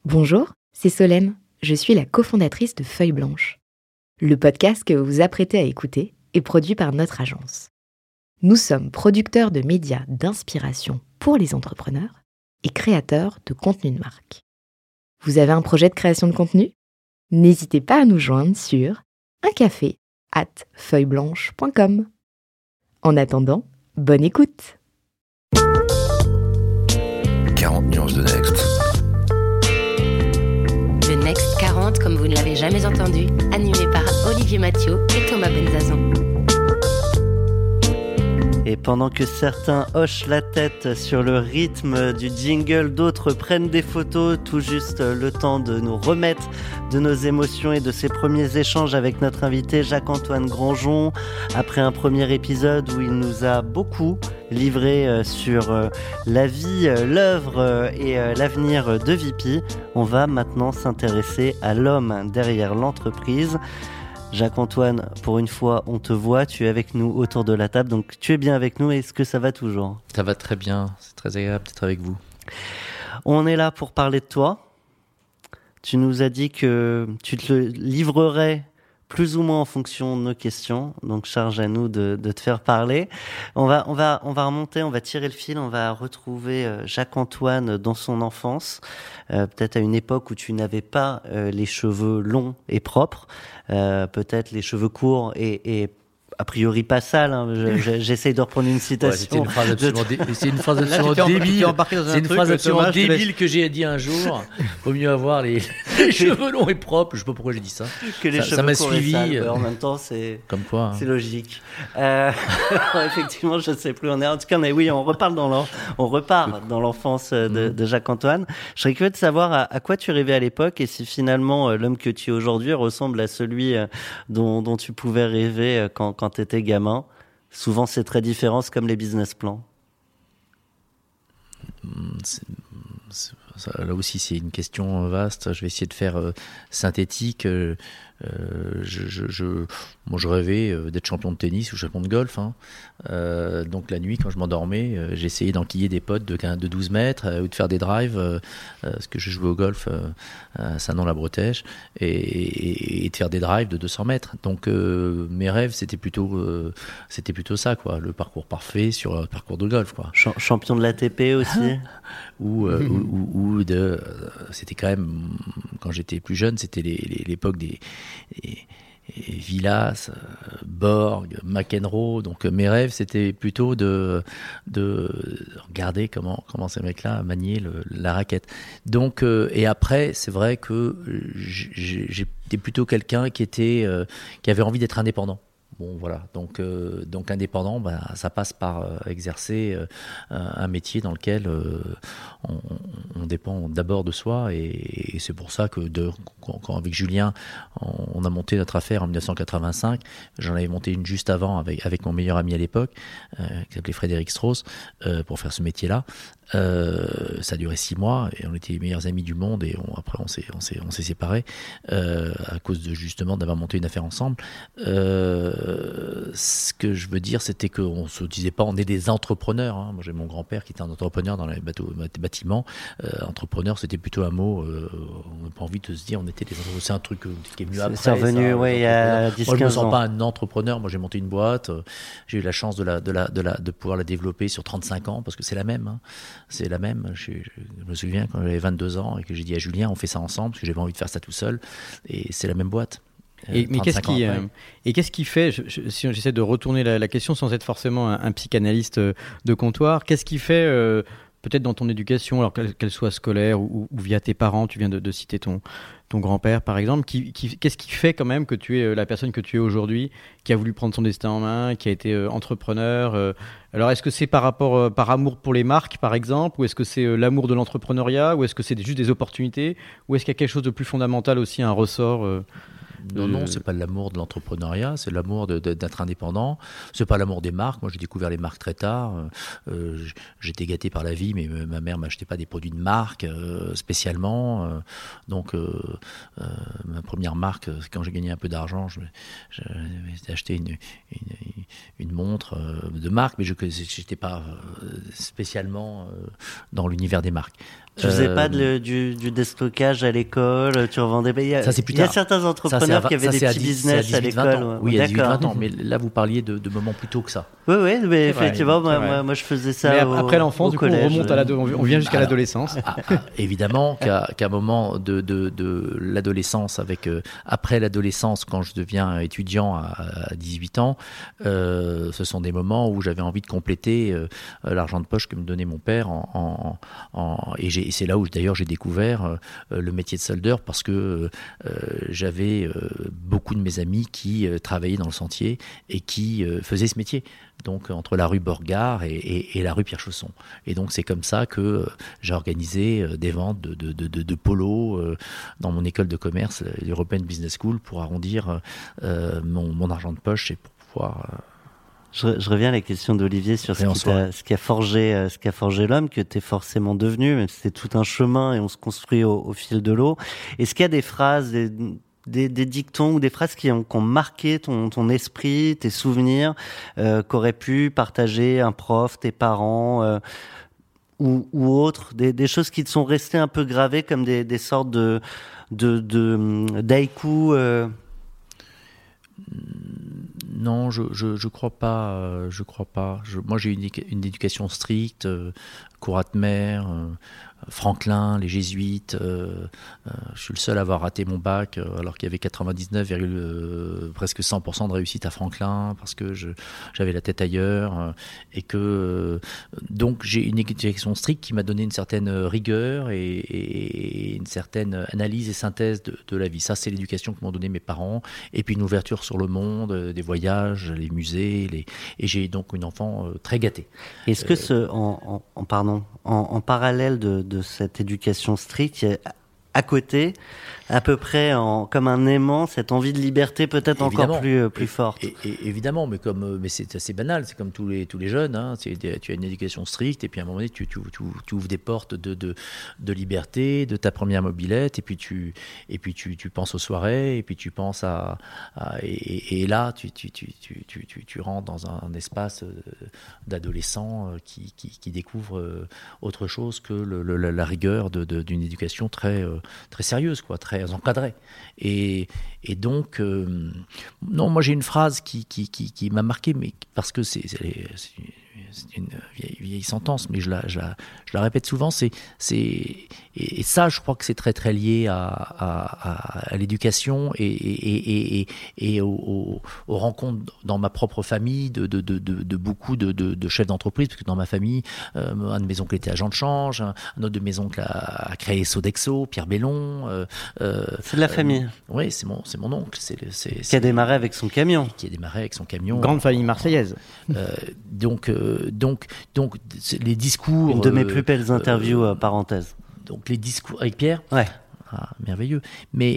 Bonjour, c'est Solène. Je suis la cofondatrice de Feuille Blanche. Le podcast que vous vous apprêtez à écouter est produit par notre agence. Nous sommes producteurs de médias d'inspiration pour les entrepreneurs et créateurs de contenu de marque. Vous avez un projet de création de contenu ? N'hésitez pas à nous joindre sur uncafé@feuilleblanche.com. En attendant, bonne écoute. 40 nuances de Next. Le Next 40 comme vous ne l'avez jamais entendu, animé par Olivier Mathieu et Thomas Benzazon. Et pendant que certains hochent la tête sur le rythme du jingle, d'autres prennent des photos, tout juste le temps de nous remettre de nos émotions et de ces premiers échanges avec notre invité Jacques-Antoine Granjon. Après un premier épisode où il nous a beaucoup livré sur la vie, l'œuvre et l'avenir de Vipi, on va maintenant s'intéresser à l'homme derrière l'entreprise. Jacques-Antoine, pour une fois, on te voit, tu es avec nous autour de la table, donc tu es bien avec nous, est-ce que ça va toujours ? Ça va très bien, c'est très agréable d'être avec vous. On est là pour parler de toi. Tu nous as dit que tu te livrerais plus ou moins en fonction de nos questions, donc charge à nous de te faire parler. On va remonter, on va tirer le fil, on va retrouver Jacques-Antoine dans son enfance, peut-être à une époque où tu n'avais pas les cheveux longs et propres, peut-être les cheveux courts et a priori pas sale, hein. J'essaye de reprendre une citation. Ouais, c'est une phrase absolument débile. C'est une phrase absolument débile que j'ai dit un jour. Vaut mieux avoir les cheveux longs et propres. Je sais pas pourquoi j'ai dit ça. Que les cheveux ça m'a courts suivi. Et sales. En même temps, c'est comme quoi. C'est logique. Effectivement, je ne sais plus. En tout cas, on repart dans l'enfance de Jacques-Antoine. Je serais curieux de savoir à quoi tu rêvais à l'époque et si finalement l'homme que tu es aujourd'hui ressemble à celui dont tu pouvais rêver quand tu étais gamin. Souvent, c'est très différent, c'est comme les business plans. Là aussi, c'est une question vaste. Je vais essayer de faire synthétique. Je rêvais d'être champion de tennis ou champion de golf. Donc la nuit, quand je m'endormais, j'essayais d'enquiller des potes de 12 mètres ou de faire des drives, parce que je jouais au golf à Saint-Nom-la-Bretèche, et de faire des drives de 200 mètres. Donc mes rêves, c'était plutôt ça, le parcours parfait sur un parcours de golf, quoi. Champion de l'ATP aussi. C'était quand même, quand j'étais plus jeune, c'était l'époque des Villas, Borg, McEnroe. Donc mes rêves, c'était plutôt de regarder comment ces mecs-là maniaient la raquette. Donc et après, c'est vrai que j'étais plutôt quelqu'un qui avait envie d'être indépendant. Bon, voilà, donc indépendant, ça passe par exercer un métier dans lequel on dépend d'abord de soi, et c'est pour ça que quand avec Julien on a monté notre affaire en 1985, j'en avais monté une juste avant avec mon meilleur ami à l'époque, qui s'appelait Frédéric Strauss, pour faire ce métier-là. Ça a duré 6 mois et on était les meilleurs amis du monde, et après on s'est séparés à cause justement d'avoir monté une affaire ensemble. Ce que je veux dire, c'était qu'on se disait pas on est des entrepreneurs, hein. Moi j'ai mon grand-père qui était un entrepreneur dans les bâtiments. Entrepreneur, c'était plutôt un mot, on n'a pas envie de se dire on était des entrepreneurs, c'est un truc qui est venu après. C'est revenu il y a 10-15 ans. Moi je me sens pas un entrepreneur, moi j'ai monté une boîte, j'ai eu la chance de pouvoir la développer sur 35 ans, parce que c'est la même, hein. C'est la même. Je me souviens quand j'avais 22 ans et que j'ai dit à Julien, on fait ça ensemble, parce que j'avais envie de faire ça tout seul, et c'est la même boîte. Mais qu'est-ce qui fait, si j'essaie de retourner la question sans être forcément un psychanalyste de comptoir, qu'est-ce qui fait, peut-être dans ton éducation, alors qu'elle soit scolaire ou via tes parents, tu viens de citer ton grand-père par exemple, qu'est-ce qui fait quand même que tu es la personne que tu es aujourd'hui, qui a voulu prendre son destin en main, qui a été entrepreneur, alors est-ce que c'est par amour pour les marques par exemple, ou est-ce que c'est l'amour de l'entrepreneuriat, ou est-ce que c'est juste des opportunités, ou est-ce qu'il y a quelque chose de plus fondamental aussi, un ressort Non, c'est pas l'amour de l'entrepreneuriat, c'est l'amour d'être indépendant. C'est pas l'amour des marques. Moi, j'ai découvert les marques très tard. J'étais gâté par la vie, mais ma mère m'achetait pas des produits de marque spécialement. Donc, ma première marque, quand j'ai gagné un peu d'argent, j'ai acheté une montre de marque, mais je n'étais pas spécialement dans l'univers des marques. Tu faisais pas du déstockage à l'école, tu revendais. Il y a certains entrepreneurs qui avaient des petits business à l'école. Oui, à 18-20 ans, mais là vous parliez de moments plus tôt que ça. Oui, mais effectivement, moi je faisais ça. Mais après l'enfance, du coup, on remonte on vient jusqu'à l'adolescence. Évidemment qu'à un moment de l'adolescence, après l'adolescence, quand je deviens étudiant à 18 ans, ce sont des moments où j'avais envie de compléter l'argent de poche que me donnait mon père et c'est là où d'ailleurs j'ai découvert le métier de soldeur, parce que j'avais beaucoup de mes amis qui travaillaient dans le sentier et qui faisaient ce métier. Donc entre la rue Borgard et la rue Pierre-Chausson. Et donc c'est comme ça que j'ai organisé des ventes de polo dans mon école de commerce, l'European Business School, pour arrondir mon argent de poche et pour pouvoir... Je reviens à la question d'Olivier sur ce qui a forgé l'homme, que tu es forcément devenu, même si c'est tout un chemin et on se construit au fil de l'eau. Est-ce qu'il y a des phrases, des dictons ou des phrases qui ont marqué ton esprit, tes souvenirs, qu'aurait pu partager un prof, tes parents ou autres, des choses qui te sont restées un peu gravées comme des sortes de d'haïkus Non, je crois pas. Moi, j'ai une éducation stricte, Cour de mer, Franklin, les jésuites. Je suis le seul à avoir raté mon bac, alors qu'il y avait 99, presque 100% de réussite à Franklin, parce que j'avais la tête ailleurs. Et que donc j'ai une éducation stricte qui m'a donné une certaine rigueur et une certaine analyse et synthèse de la vie. Ça, c'est l'éducation que m'ont donné mes parents. Et puis une ouverture sur le monde, des voyages, les musées. Et j'ai donc une enfant très gâtée. Est-ce que en parallèle de cette éducation stricte, il y a à côté, à peu près comme un aimant, cette envie de liberté peut-être encore plus forte. Évidemment, mais c'est assez banal, c'est comme tous les jeunes. Hein, tu as une éducation stricte et puis à un moment donné, tu ouvres des portes de liberté, de ta première mobilette, et puis tu penses aux soirées, et puis tu penses et là tu rentres dans un espace d'adolescent qui découvre autre chose que la rigueur d'une éducation très sérieuse, quoi, très encadrée. Et donc, non, moi j'ai une phrase qui m'a marqué, mais parce que c'est une vieille sentence, mais je la répète souvent, et ça, je crois que c'est très très lié à l'éducation et aux rencontres dans ma propre famille de beaucoup de chefs d'entreprise, parce que dans ma famille, un de mes oncles était agent de change, un autre de mes oncles a créé Sodexo, Pierre Bellon. C'est de la famille. Oui, c'est mon oncle. Qui a démarré avec son camion. Grande famille marseillaise. Donc, les discours... Une de mes plus belles interviews, parenthèse. Donc, les discours... Avec Pierre ? Ouais. Ah, merveilleux. Mais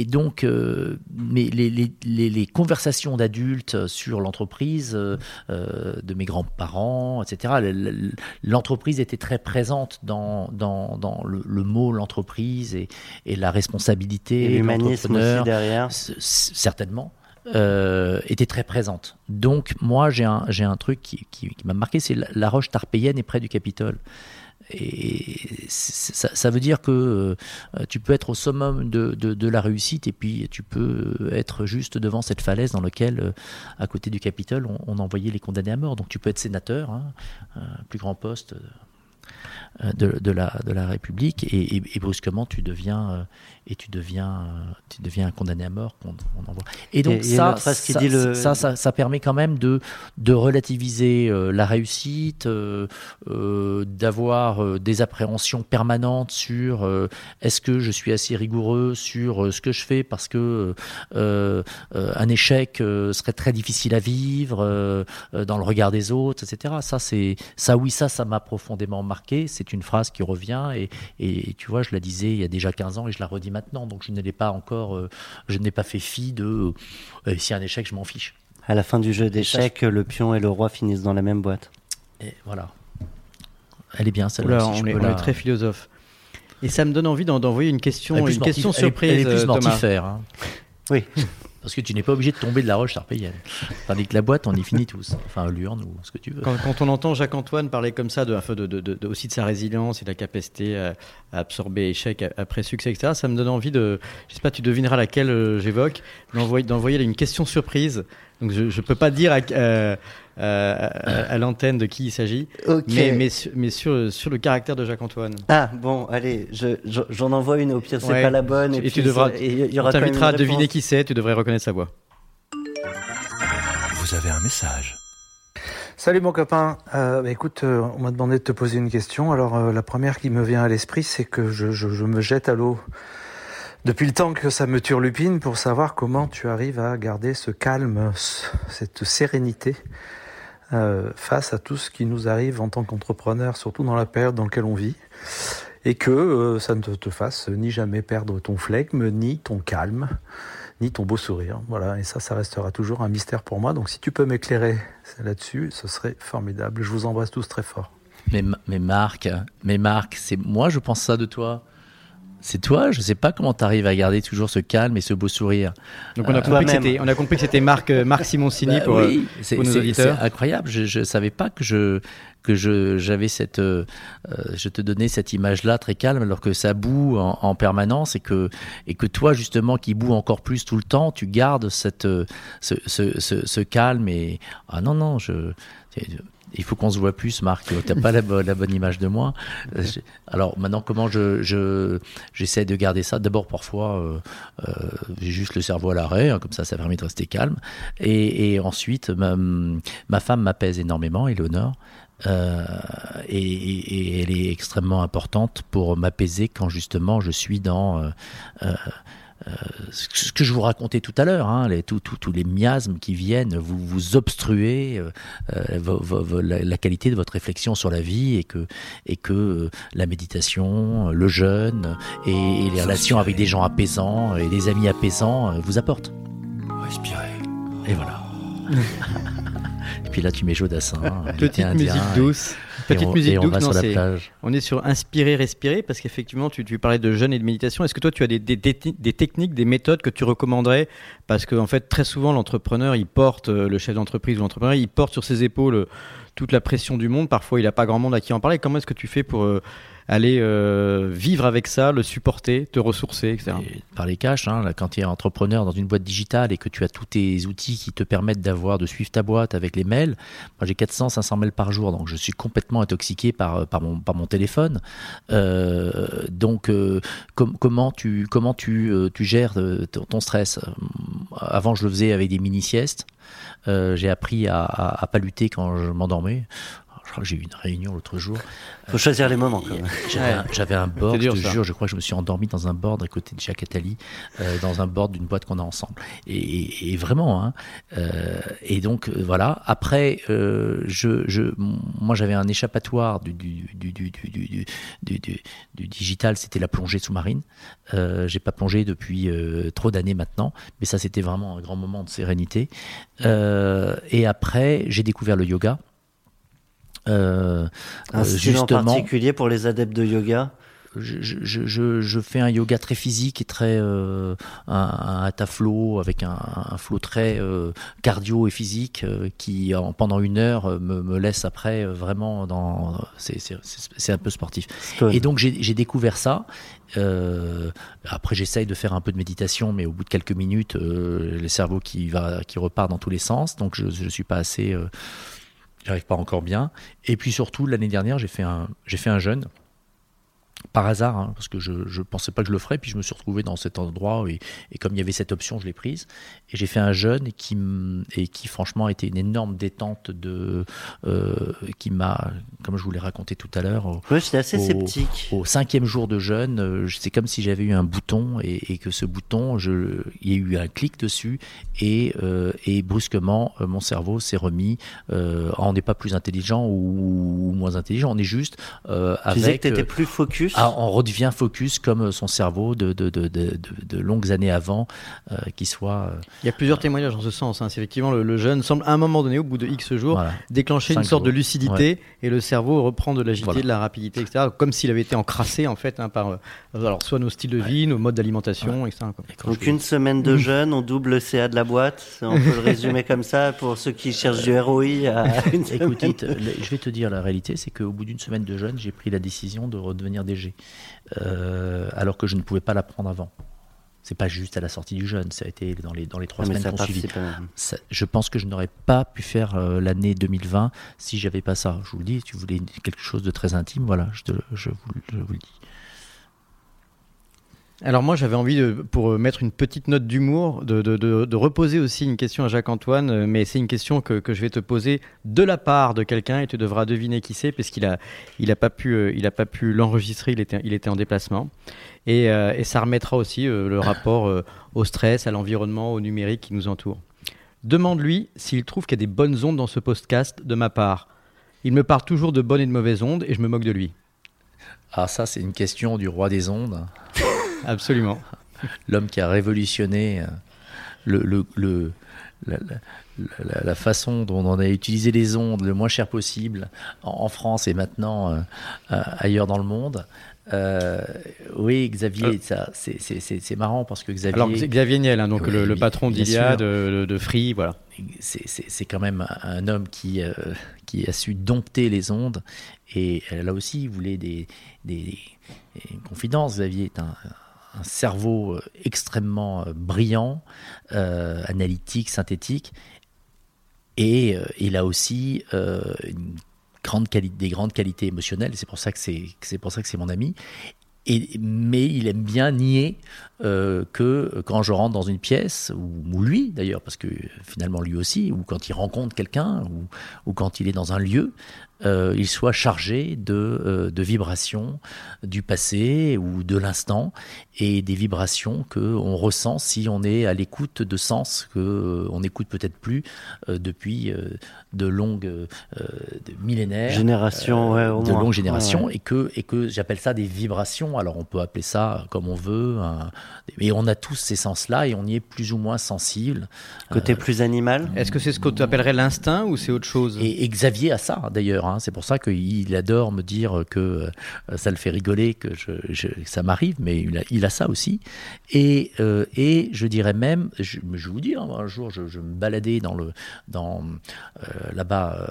les conversations d'adultes sur l'entreprise de mes grands-parents, etc., l'entreprise était très présente dans le mot l'entreprise et la responsabilité. Et l'humanisme aussi derrière. Certainement. Était très présente. Donc moi j'ai un truc qui m'a marqué, c'est la roche tarpéienne est près du Capitole. Et ça veut dire que tu peux être au summum de la réussite, et puis tu peux être juste devant cette falaise dans laquelle, à côté du Capitole, on envoyait les condamnés à mort. Donc tu peux être sénateur, plus grand poste de la République, et brusquement tu deviens un condamné à mort qu'on envoie. Et donc ça permet quand même de relativiser la réussite, d'avoir des appréhensions permanentes sur est-ce que je suis assez rigoureux sur ce que je fais, parce que un échec serait très difficile à vivre dans le regard des autres, etc. Ça m'a profondément marqué. remarqué, c'est une phrase qui revient et tu vois, je la disais il y a déjà 15 ans et je la redis maintenant. Donc je n'ai pas fait fi de si un échec, je m'en fiche. À la fin du jeu d'échecs, le pion et le roi finissent dans la même boîte. Et voilà. Elle est bien celle-là. Oula, on est très philosophe. Et ça me donne envie d'envoyer une question surprise. Elle est plus Thomas. mortifère. Hein. Oui. Parce que tu n'es pas obligé de tomber de la roche Sarpéienne. Tandis que la boîte, on y finit tous. Enfin, l'urne ou ce que tu veux. Quand on entend Jacques-Antoine parler comme ça aussi de sa résilience et de la capacité à absorber échec après succès, etc., ça me donne envie de... Je sais pas, tu devineras laquelle j'évoque, d'envoyer une question surprise. Donc je ne peux pas dire à l'antenne de qui il s'agit, Okay. mais sur le caractère de Jacques-Antoine. Ah bon, allez, j'en envoie une, au pire c'est pas la bonne. Et tu devras, on t'invitera à deviner qui c'est, tu devrais reconnaître sa voix. Vous avez un message. Salut mon copain, écoute, on m'a demandé de te poser une question. Alors la première qui me vient à l'esprit, c'est que je me jette à l'eau depuis le temps que ça me turlupine pour savoir comment tu arrives à garder ce calme, cette sérénité face à tout ce qui nous arrive en tant qu'entrepreneur, surtout dans la période dans laquelle on vit, et que ça ne te fasse ni jamais perdre ton flegme, ni ton calme, ni ton beau sourire. Voilà, et ça restera toujours un mystère pour moi. Donc si tu peux m'éclairer là-dessus, ce serait formidable. Je vous embrasse tous très fort. Mais Marc, c'est moi, je pense ça de toi. C'est toi, je sais pas comment tu arrives à garder toujours ce calme et ce beau sourire. Donc on a compris que c'était Marc Simoncini pour nos auditeurs. C'est incroyable, je savais pas que j'avais cette je te donnais cette image-là très calme alors que ça boue en permanence et que toi justement qui boue encore plus tout le temps, tu gardes ce calme et non, il faut qu'on se voit plus, Marc. Tu n'as pas la bonne image de moi. Alors maintenant, comment j'essaie de garder ça? D'abord, parfois, j'ai juste le cerveau à l'arrêt, hein, comme ça permet de rester calme. Et ensuite, ma femme m'apaise énormément, Éléonore. Et elle est extrêmement importante pour m'apaiser quand justement je suis dans... ce que je vous racontais tout à l'heure, hein, tous les miasmes qui viennent vous obstruer la qualité de votre réflexion sur la vie et que la méditation, le jeûne et les relations avec des gens apaisants et des amis apaisants vous apportent. Respirez. Et voilà. Et puis là tu mets Jodassin, petite musique douce. Petite musique douce, sur la plage. On est sur inspirer, respirer, parce qu'effectivement, tu parlais de jeûne et de méditation. Est-ce que toi, tu as des techniques, des méthodes que tu recommanderais? Parce qu'en fait, très souvent, l'entrepreneur, le chef d'entreprise ou l'entrepreneur, il porte sur ses épaules toute la pression du monde. Parfois, il n'a pas grand monde à qui en parler. Comment est-ce que tu fais pour aller vivre avec ça, le supporter, te ressourcer, etc. Et par les cash, hein, là, quand tu es entrepreneur dans une boîte digitale et que tu as tous tes outils qui te permettent de suivre ta boîte avec les mails, moi j'ai 400-500 mails par jour, donc je suis complètement intoxiqué par mon téléphone. Donc comment tu gères ton stress? Avant je le faisais avec des mini-siestes. J'ai appris à pas lutter quand je m'endormais. Je crois que j'ai eu une réunion l'autre jour. Faut choisir les moments quand même. J'avais un board, je te jure, je crois que je me suis endormi dans un board à côté de Jacques Attali, dans un board d'une boîte qu'on a ensemble. Et vraiment, hein. Et donc voilà. Après, moi j'avais un échappatoire du digital, c'était la plongée sous-marine. J'ai pas plongé depuis trop d'années maintenant, mais ça c'était vraiment un grand moment de sérénité. Et après, j'ai découvert le yoga. Un style en particulier pour les adeptes de yoga? Je fais un yoga très physique et très un hatha flow avec un flow très cardio et physique qui pendant 1 heure me laisse après vraiment c'est un peu sportif. Et donc j'ai découvert ça. Après j'essaye de faire un peu de méditation, mais au bout de quelques minutes le cerveau qui repart dans tous les sens, donc je suis pas assez j'arrive pas encore bien. Et puis surtout l'année dernière j'ai fait un jeûne par hasard, hein, parce que je ne pensais pas que je le ferais, puis je me suis retrouvé dans cet endroit et comme il y avait cette option, je l'ai prise. Et j'ai fait un jeûne et qui franchement a été une énorme détente qui m'a, comme je vous l'ai raconté tout à l'heure, j'étais assez sceptique. Au 5e jour de jeûne, c'est comme si j'avais eu un bouton et que ce bouton, il y a eu un clic dessus et brusquement, mon cerveau s'est remis. On n'est pas plus intelligent ou moins intelligent, on est juste avec... Tu disais que tu étais plus focus. On redevient focus comme son cerveau de longues années avant qui soit... Il y a plusieurs témoignages en ce sens. Hein. C'est effectivement le jeûne semble à un moment donné, au bout de X jours, déclencher une sorte de lucidité et le cerveau reprend de l'agilité, de la rapidité, etc. Comme s'il avait été encrassé en fait par soit nos styles de vie, nos modes d'alimentation, etc. Donc une semaine de jeûne, on double le CA de la boîte. On peut le résumer comme ça pour ceux qui cherchent du ROI. Écoute, je vais te dire la réalité, c'est qu'au bout d'une semaine de jeûne, j'ai pris la décision de redevenir DG, alors que je ne pouvais pas la prendre avant. C'est pas juste à la sortie du jeûne, ça a été dans les 3 semaines qui ont suivi. Je pense que je n'aurais pas pu faire l'année 2020 si j'avais pas ça. Je vous le dis, si tu voulais quelque chose de très intime, voilà, je vous le dis. Alors moi j'avais envie, pour mettre une petite note d'humour, de reposer aussi une question à Jacques-Antoine, mais c'est une question que je vais te poser de la part de quelqu'un et tu devras deviner qui c'est, parce qu'il a pas pu l'enregistrer, il était en déplacement. Et ça remettra aussi le rapport au stress, à l'environnement, au numérique qui nous entoure. Demande-lui s'il trouve qu'il y a des bonnes ondes dans ce podcast de ma part. Il me parle toujours de bonnes et de mauvaises ondes et je me moque de lui. Ah, ça c'est une question du roi des ondes. Absolument. L'homme qui a révolutionné la façon dont on a utilisé les ondes le moins cher possible en France et maintenant ailleurs dans le monde. Oui, Xavier, ça, c'est marrant parce que Xavier... Alors Xavier Niel, hein, donc le patron d'Iliade, de Free, voilà. C'est quand même un homme qui a su dompter les ondes et là aussi il voulait une confidence. Xavier est un cerveau extrêmement brillant, analytique, synthétique, et il a aussi des grandes qualités émotionnelles. C'est pour ça que c'est mon ami. Mais il aime bien nier que quand je rentre dans une pièce, ou lui d'ailleurs, parce que finalement lui aussi, ou quand il rencontre quelqu'un, ou quand il est dans un lieu, il soit chargé de vibrations du passé ou de l'instant, et des vibrations qu'on ressent si on est à l'écoute de sens qu'on n'écoute peut-être plus depuis de longues millénaires, générations, de longues générations, et que j'appelle ça des vibrations. Alors on peut appeler ça comme on veut, mais on a tous ces sens-là et on y est plus ou moins sensible. Côté plus animal. Est-ce que c'est ce que tu appellerais l'instinct ou c'est autre chose ? Et Xavier a ça d'ailleurs, hein. C'est pour ça qu'il adore me dire que ça le fait rigoler, que ça m'arrive, mais il a ça aussi. Et je dirais même, je vous dis, hein, un jour je me baladais là-bas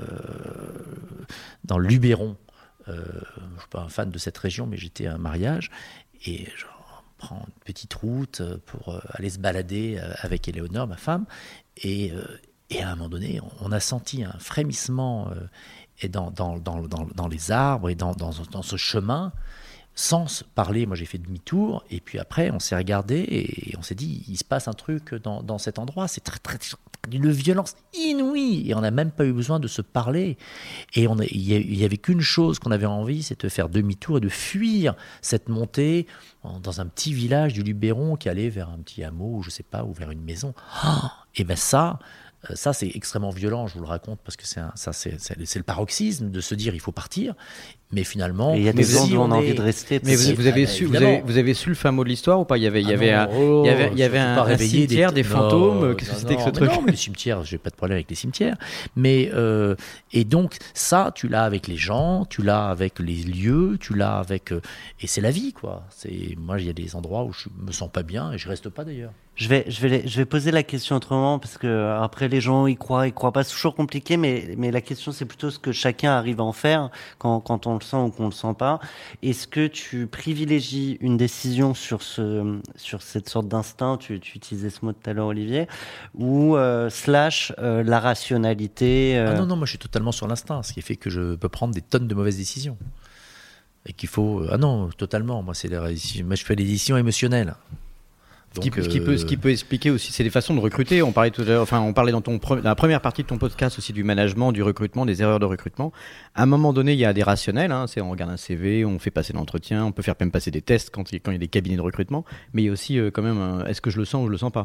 dans le Luberon. Je ne suis pas un fan de cette région, mais j'étais à un mariage et je prends une petite route pour aller se balader avec Éléonore, ma femme, et à un moment donné, on a senti un frémissement et dans les arbres et dans ce chemin, sans se parler. Moi j'ai fait demi-tour et puis après on s'est regardé et on s'est dit il se passe un truc dans cet endroit, c'est très, très, d'une violence inouïe et on n'a même pas eu besoin de se parler, et il y avait qu'une chose qu'on avait envie, c'est de faire demi-tour et de fuir cette montée dans un petit village du Luberon qui allait vers un petit hameau, je sais pas, ou vers une maison. Et ben ça c'est extrêmement violent, je vous le raconte parce que c'est le paroxysme de se dire il faut partir, mais finalement il y a des gens qui ont envie de rester. Mais vous avez su le fin mot de l'histoire ou pas? Il y avait un cimetière, des fantômes. Qu'est-ce que c'était que ce truc? Non, mais les cimetières, j'ai pas de problème avec les cimetières, mais et donc ça tu l'as avec les gens, tu l'as avec les lieux, tu l'as avec et c'est la vie quoi. Moi il y a des endroits où je me sens pas bien et je reste pas d'ailleurs. Je vais poser la question autrement parce que après les gens ils croient pas, c'est toujours compliqué, mais la question c'est plutôt ce que chacun arrive à en faire quand on le sent ou qu'on le sent pas. Est-ce que tu privilégies une décision sur cette sorte d'instinct, tu utilisais ce mot tout à l'heure Olivier, ou la rationalité Ah non, moi je suis totalement sur l'instinct, ce qui fait que je peux prendre des tonnes de mauvaises décisions. et qu'il faut... Ah non, totalement. Moi, moi je fais l'édition émotionnelle. Donc, ce qui peut expliquer aussi, c'est des façons de recruter. On parlait tout à l'heure, on parlait dans la première partie de ton podcast aussi du management, du recrutement, des erreurs de recrutement. À un moment donné, il y a des rationnels. On regarde un CV, on fait passer l'entretien, on peut faire même passer des tests quand il y a des cabinets de recrutement. Mais il y a aussi quand même, est-ce que je le sens ou je le sens pas ?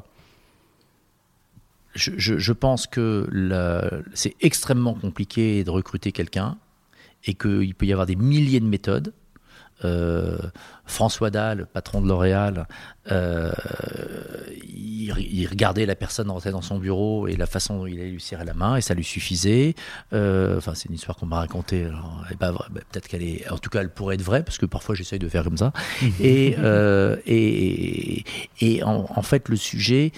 Je pense que c'est extrêmement compliqué de recruter quelqu'un et qu'il peut y avoir des milliers de méthodes. François Dalle, patron de L'Oréal, il regardait la personne rentrer dans son bureau et la façon dont il allait lui serrer la main et ça lui suffisait. C'est une histoire qu'on m'a racontée. Alors, elle est pas vraie, peut-être qu'elle est, en tout cas, elle pourrait être vraie parce que parfois j'essaye de faire comme ça. Et en fait, le sujet,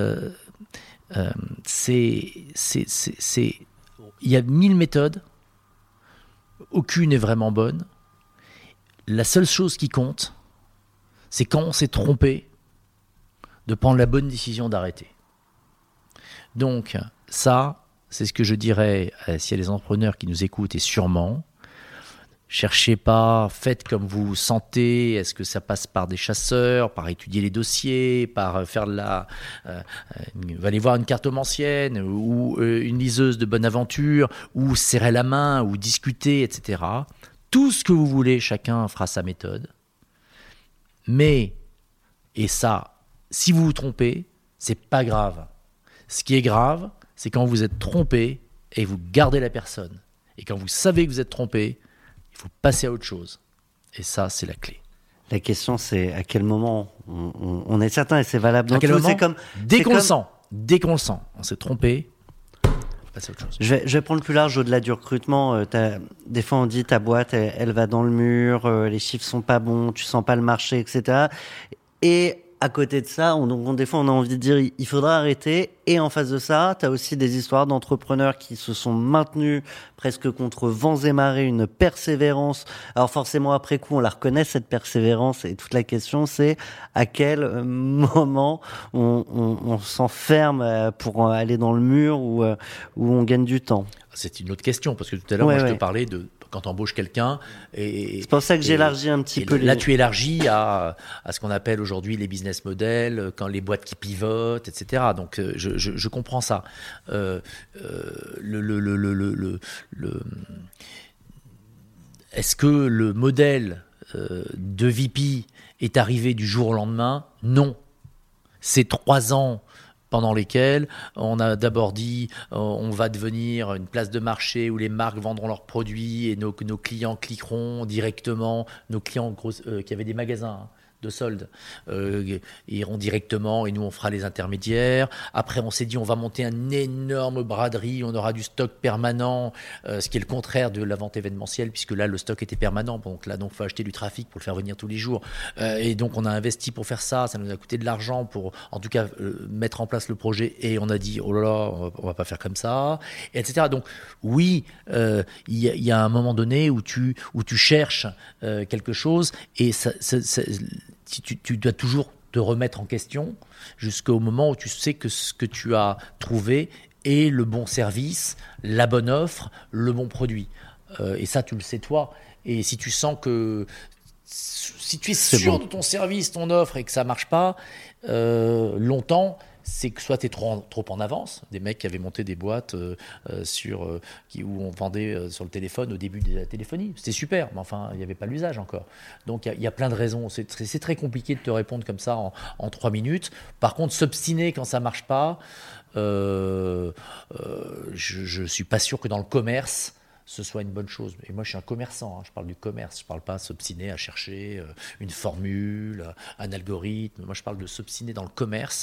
il y a 1000 méthodes, aucune est vraiment bonne. La seule chose qui compte, c'est quand on s'est trompé, de prendre la bonne décision d'arrêter. Donc ça, c'est ce que je dirais s'il y a des entrepreneurs qui nous écoutent, et sûrement, cherchez pas, faites comme vous sentez. Est-ce que ça passe par des chasseurs, par étudier les dossiers, par faire aller voir une cartomancienne ou une liseuse de bonne aventure, ou serrer la main, ou discuter, etc. Tout ce que vous voulez, chacun fera sa méthode. Mais, et ça, si vous vous trompez, c'est pas grave. Ce qui est grave, c'est quand vous êtes trompé et vous gardez la personne. Et quand vous savez que vous êtes trompé, il faut passer à autre chose. Et ça, c'est la clé. La question, c'est à quel moment on est certain, et c'est valable dans à quel tout. moment, dès qu'on le sent, on s'est trompé. Passer à autre chose. Je vais prendre plus large au-delà du recrutement. Des fois, on dit ta boîte, elle va dans le mur, les chiffres sont pas bons, tu sens pas le marché, etc. Et à côté de ça, des fois, on a envie de dire il faudra arrêter. Et en face de ça, tu as aussi des histoires d'entrepreneurs qui se sont maintenus presque contre vents et marées, une persévérance. Alors forcément, après coup, on la reconnaît, cette persévérance. Et toute la question, c'est à quel moment on s'enferme pour aller dans le mur ou on gagne du temps. C'est une autre question, parce que tout à l'heure, je te parlais de quand tu embauches quelqu'un. Et c'est pour ça que j'élargis un petit peu. Là, tu élargis à ce qu'on appelle aujourd'hui les business models, quand les boîtes qui pivotent, etc. Donc, je comprends ça. Est-ce que le modèle de VP est arrivé du jour au lendemain ? Non. C'est 3 ans pendant lesquels on a d'abord dit on va devenir une place de marché où les marques vendront leurs produits et nos clients cliqueront directement, nos clients qui avaient des magasins de soldes iront directement et nous on fera les intermédiaires. Après on s'est dit on va monter un énorme braderie, on aura du stock permanent, ce qui est le contraire de la vente événementielle, puisque là le stock était permanent, donc là il faut acheter du trafic pour le faire venir tous les jours, et donc on a investi pour faire ça nous a coûté de l'argent pour en tout cas mettre en place le projet, et on a dit oh là là on va pas faire comme ça, etc. Donc oui, il y a un moment donné où tu cherches quelque chose, et tu dois toujours te remettre en question jusqu'au moment où tu sais que ce que tu as trouvé est le bon service, la bonne offre, le bon produit. Et ça, tu le sais toi. Et si tu sens que... Si tu es sûr de ton service, ton offre, et que ça ne marche pas longtemps, c'est que soit tu es trop en avance. Des mecs qui avaient monté des boîtes où on vendait sur le téléphone au début de la téléphonie. C'était super, mais enfin, il n'y avait pas l'usage encore. Donc, il y a plein de raisons. C'est très compliqué de te répondre comme ça en 3 minutes. Par contre, s'obstiner quand ça ne marche pas, je ne suis pas sûr que dans le commerce, ce soit une bonne chose. Et moi, je suis un commerçant, je parle du commerce. Je ne parle pas s'obstiner à chercher une formule, un algorithme. Moi, je parle de s'obstiner dans le commerce.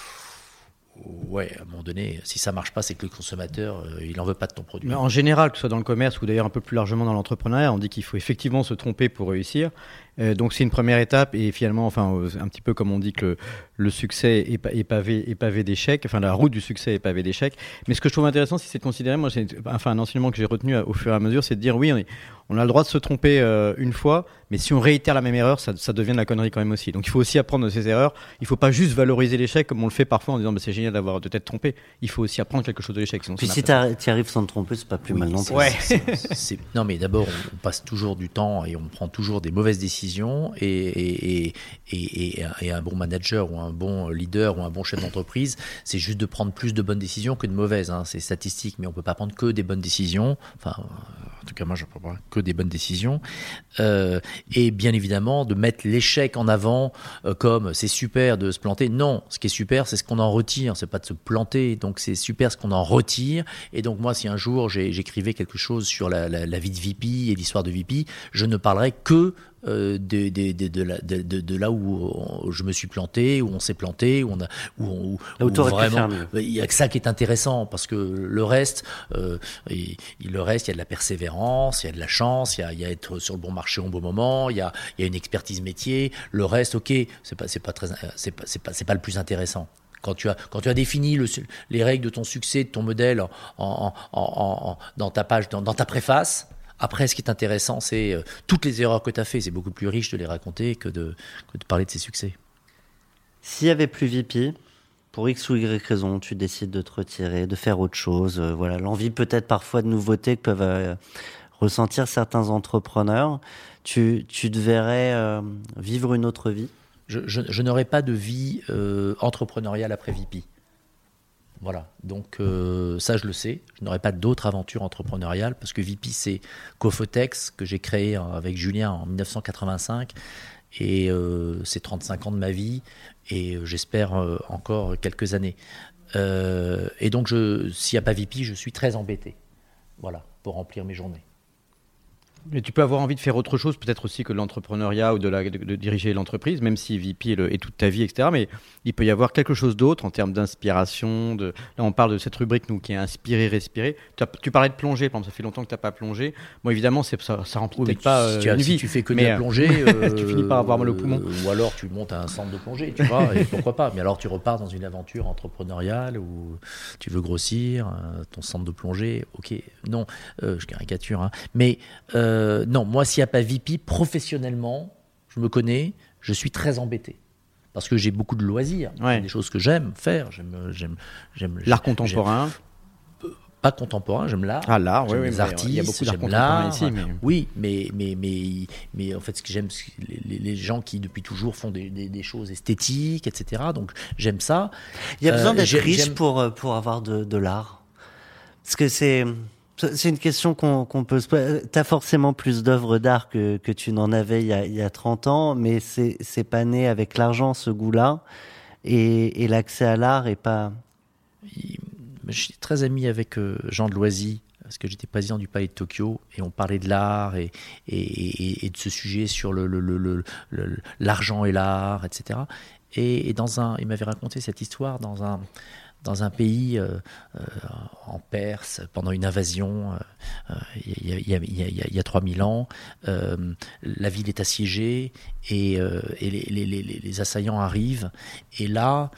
Ouais, à un moment donné, si ça marche pas, c'est que le consommateur, il n'en veut pas de ton produit. Mais en général, que ce soit dans le commerce ou d'ailleurs un peu plus largement dans l'entrepreneuriat, on dit qu'il faut effectivement se tromper pour réussir. Donc c'est une première étape, et finalement, un petit peu comme on dit que le succès est pavé d'échecs, enfin la route du succès est pavée d'échecs. Mais ce que je trouve intéressant, c'est de considérer, moi, un enseignement que j'ai retenu au fur et à mesure, c'est de dire oui, on a le droit de se tromper une fois, mais si on réitère la même erreur, ça devient de la connerie quand même aussi. Donc il faut aussi apprendre de ses erreurs. Il ne faut pas juste valoriser l'échec comme on le fait parfois en disant c'est génial d'avoir de t'être trompé. Il faut aussi apprendre quelque chose de l'échec. Puis si tu arrives sans te tromper, c'est pas plus mal non plus. Ouais. Non, mais d'abord, on passe toujours du temps et on prend toujours des mauvaises décisions. Et un bon manager ou un bon leader ou un bon chef d'entreprise, c'est juste de prendre plus de bonnes décisions que de mauvaises. C'est statistique, mais on ne peut pas prendre que des bonnes décisions. Enfin, en tout cas, moi, je ne prends pas que des bonnes décisions. Et bien évidemment, de mettre l'échec en avant comme c'est super de se planter. Non, ce qui est super, c'est ce qu'on en retire. C'est pas de se planter. Donc, c'est super ce qu'on en retire. Et donc, moi, si un jour j'écrivais quelque chose sur la vie de VP et l'histoire de VP, je ne parlerais que de là où je me suis planté, où on s'est planté, où vraiment il y a que ça qui est intéressant, parce que le reste, il y a de la persévérance, il y a de la chance, il y a être sur le bon marché au bon moment, il y a une expertise métier. Le reste, ok, c'est pas le plus intéressant. Quand tu as défini les règles de ton succès, de ton modèle dans ta page, dans ta préface. Après, ce qui est intéressant, c'est toutes les erreurs que tu as fait. C'est beaucoup plus riche de les raconter que de parler de ses succès. S'il n'y avait plus VP, pour X ou Y raison, tu décides de te retirer, de faire autre chose. Voilà, l'envie peut-être parfois de nouveautés que peuvent ressentir certains entrepreneurs. Tu te verrais vivre une autre vie ? Je n'aurais pas de vie entrepreneuriale après VP. Voilà, donc ça je le sais, je n'aurai pas d'autres aventures entrepreneuriales parce que VP c'est Cofotex que j'ai créé avec Julien en 1985 et c'est 35 ans de ma vie et j'espère encore quelques années. Et donc s'il n'y a pas VP, je suis très embêté, voilà, pour remplir mes journées. Mais tu peux avoir envie de faire autre chose, peut-être aussi que l'entrepreneuriat ou de diriger l'entreprise, même si VP est toute ta vie, etc. Mais il peut y avoir quelque chose d'autre en termes d'inspiration. Là, on parle de cette rubrique qui est inspirer, respirer. Tu parlais de plongée, par exemple, ça fait longtemps que tu n'as pas plongé. Bon, évidemment, ça remplit peut-être pas une vie. Si tu fais que de la plongée, tu finis par avoir mal au poumon. Ou alors tu montes à un centre de plongée, tu vois, et pourquoi pas. Mais alors tu repars dans une aventure entrepreneuriale où tu veux grossir ton centre de plongée. Ok, non, je caricature, hein. Mais non, moi, s'il n'y a pas VP, professionnellement, je me connais, je suis très embêté. Parce que j'ai beaucoup de loisirs, des choses que j'aime faire. J'aime l'art contemporain. Pas contemporain, j'aime l'art. Ah, l'art, j'aime les artistes, il y a beaucoup d'art j'aime contemporain l'art. ici. Oui, mais en fait, ce que j'aime, c'est les gens qui, depuis toujours, font des choses esthétiques, etc. Donc, j'aime ça. Il y a besoin d'être riche pour avoir de l'art. Parce que c'est une question qu'on peut se poser. T'as forcément plus d'œuvres d'art que tu n'en avais il y a 30 ans, mais c'est pas né avec l'argent, ce goût-là. Et l'accès à l'art est pas... Je suis très ami avec Jean de Loisy, parce que j'étais président du Palais de Tokyo, et on parlait de l'art et de ce sujet sur l'argent et l'art, etc. Et il m'avait raconté cette histoire dans un pays en Perse, pendant une invasion, il y a 3000 ans, la ville est assiégée et les assaillants arrivent. Et là,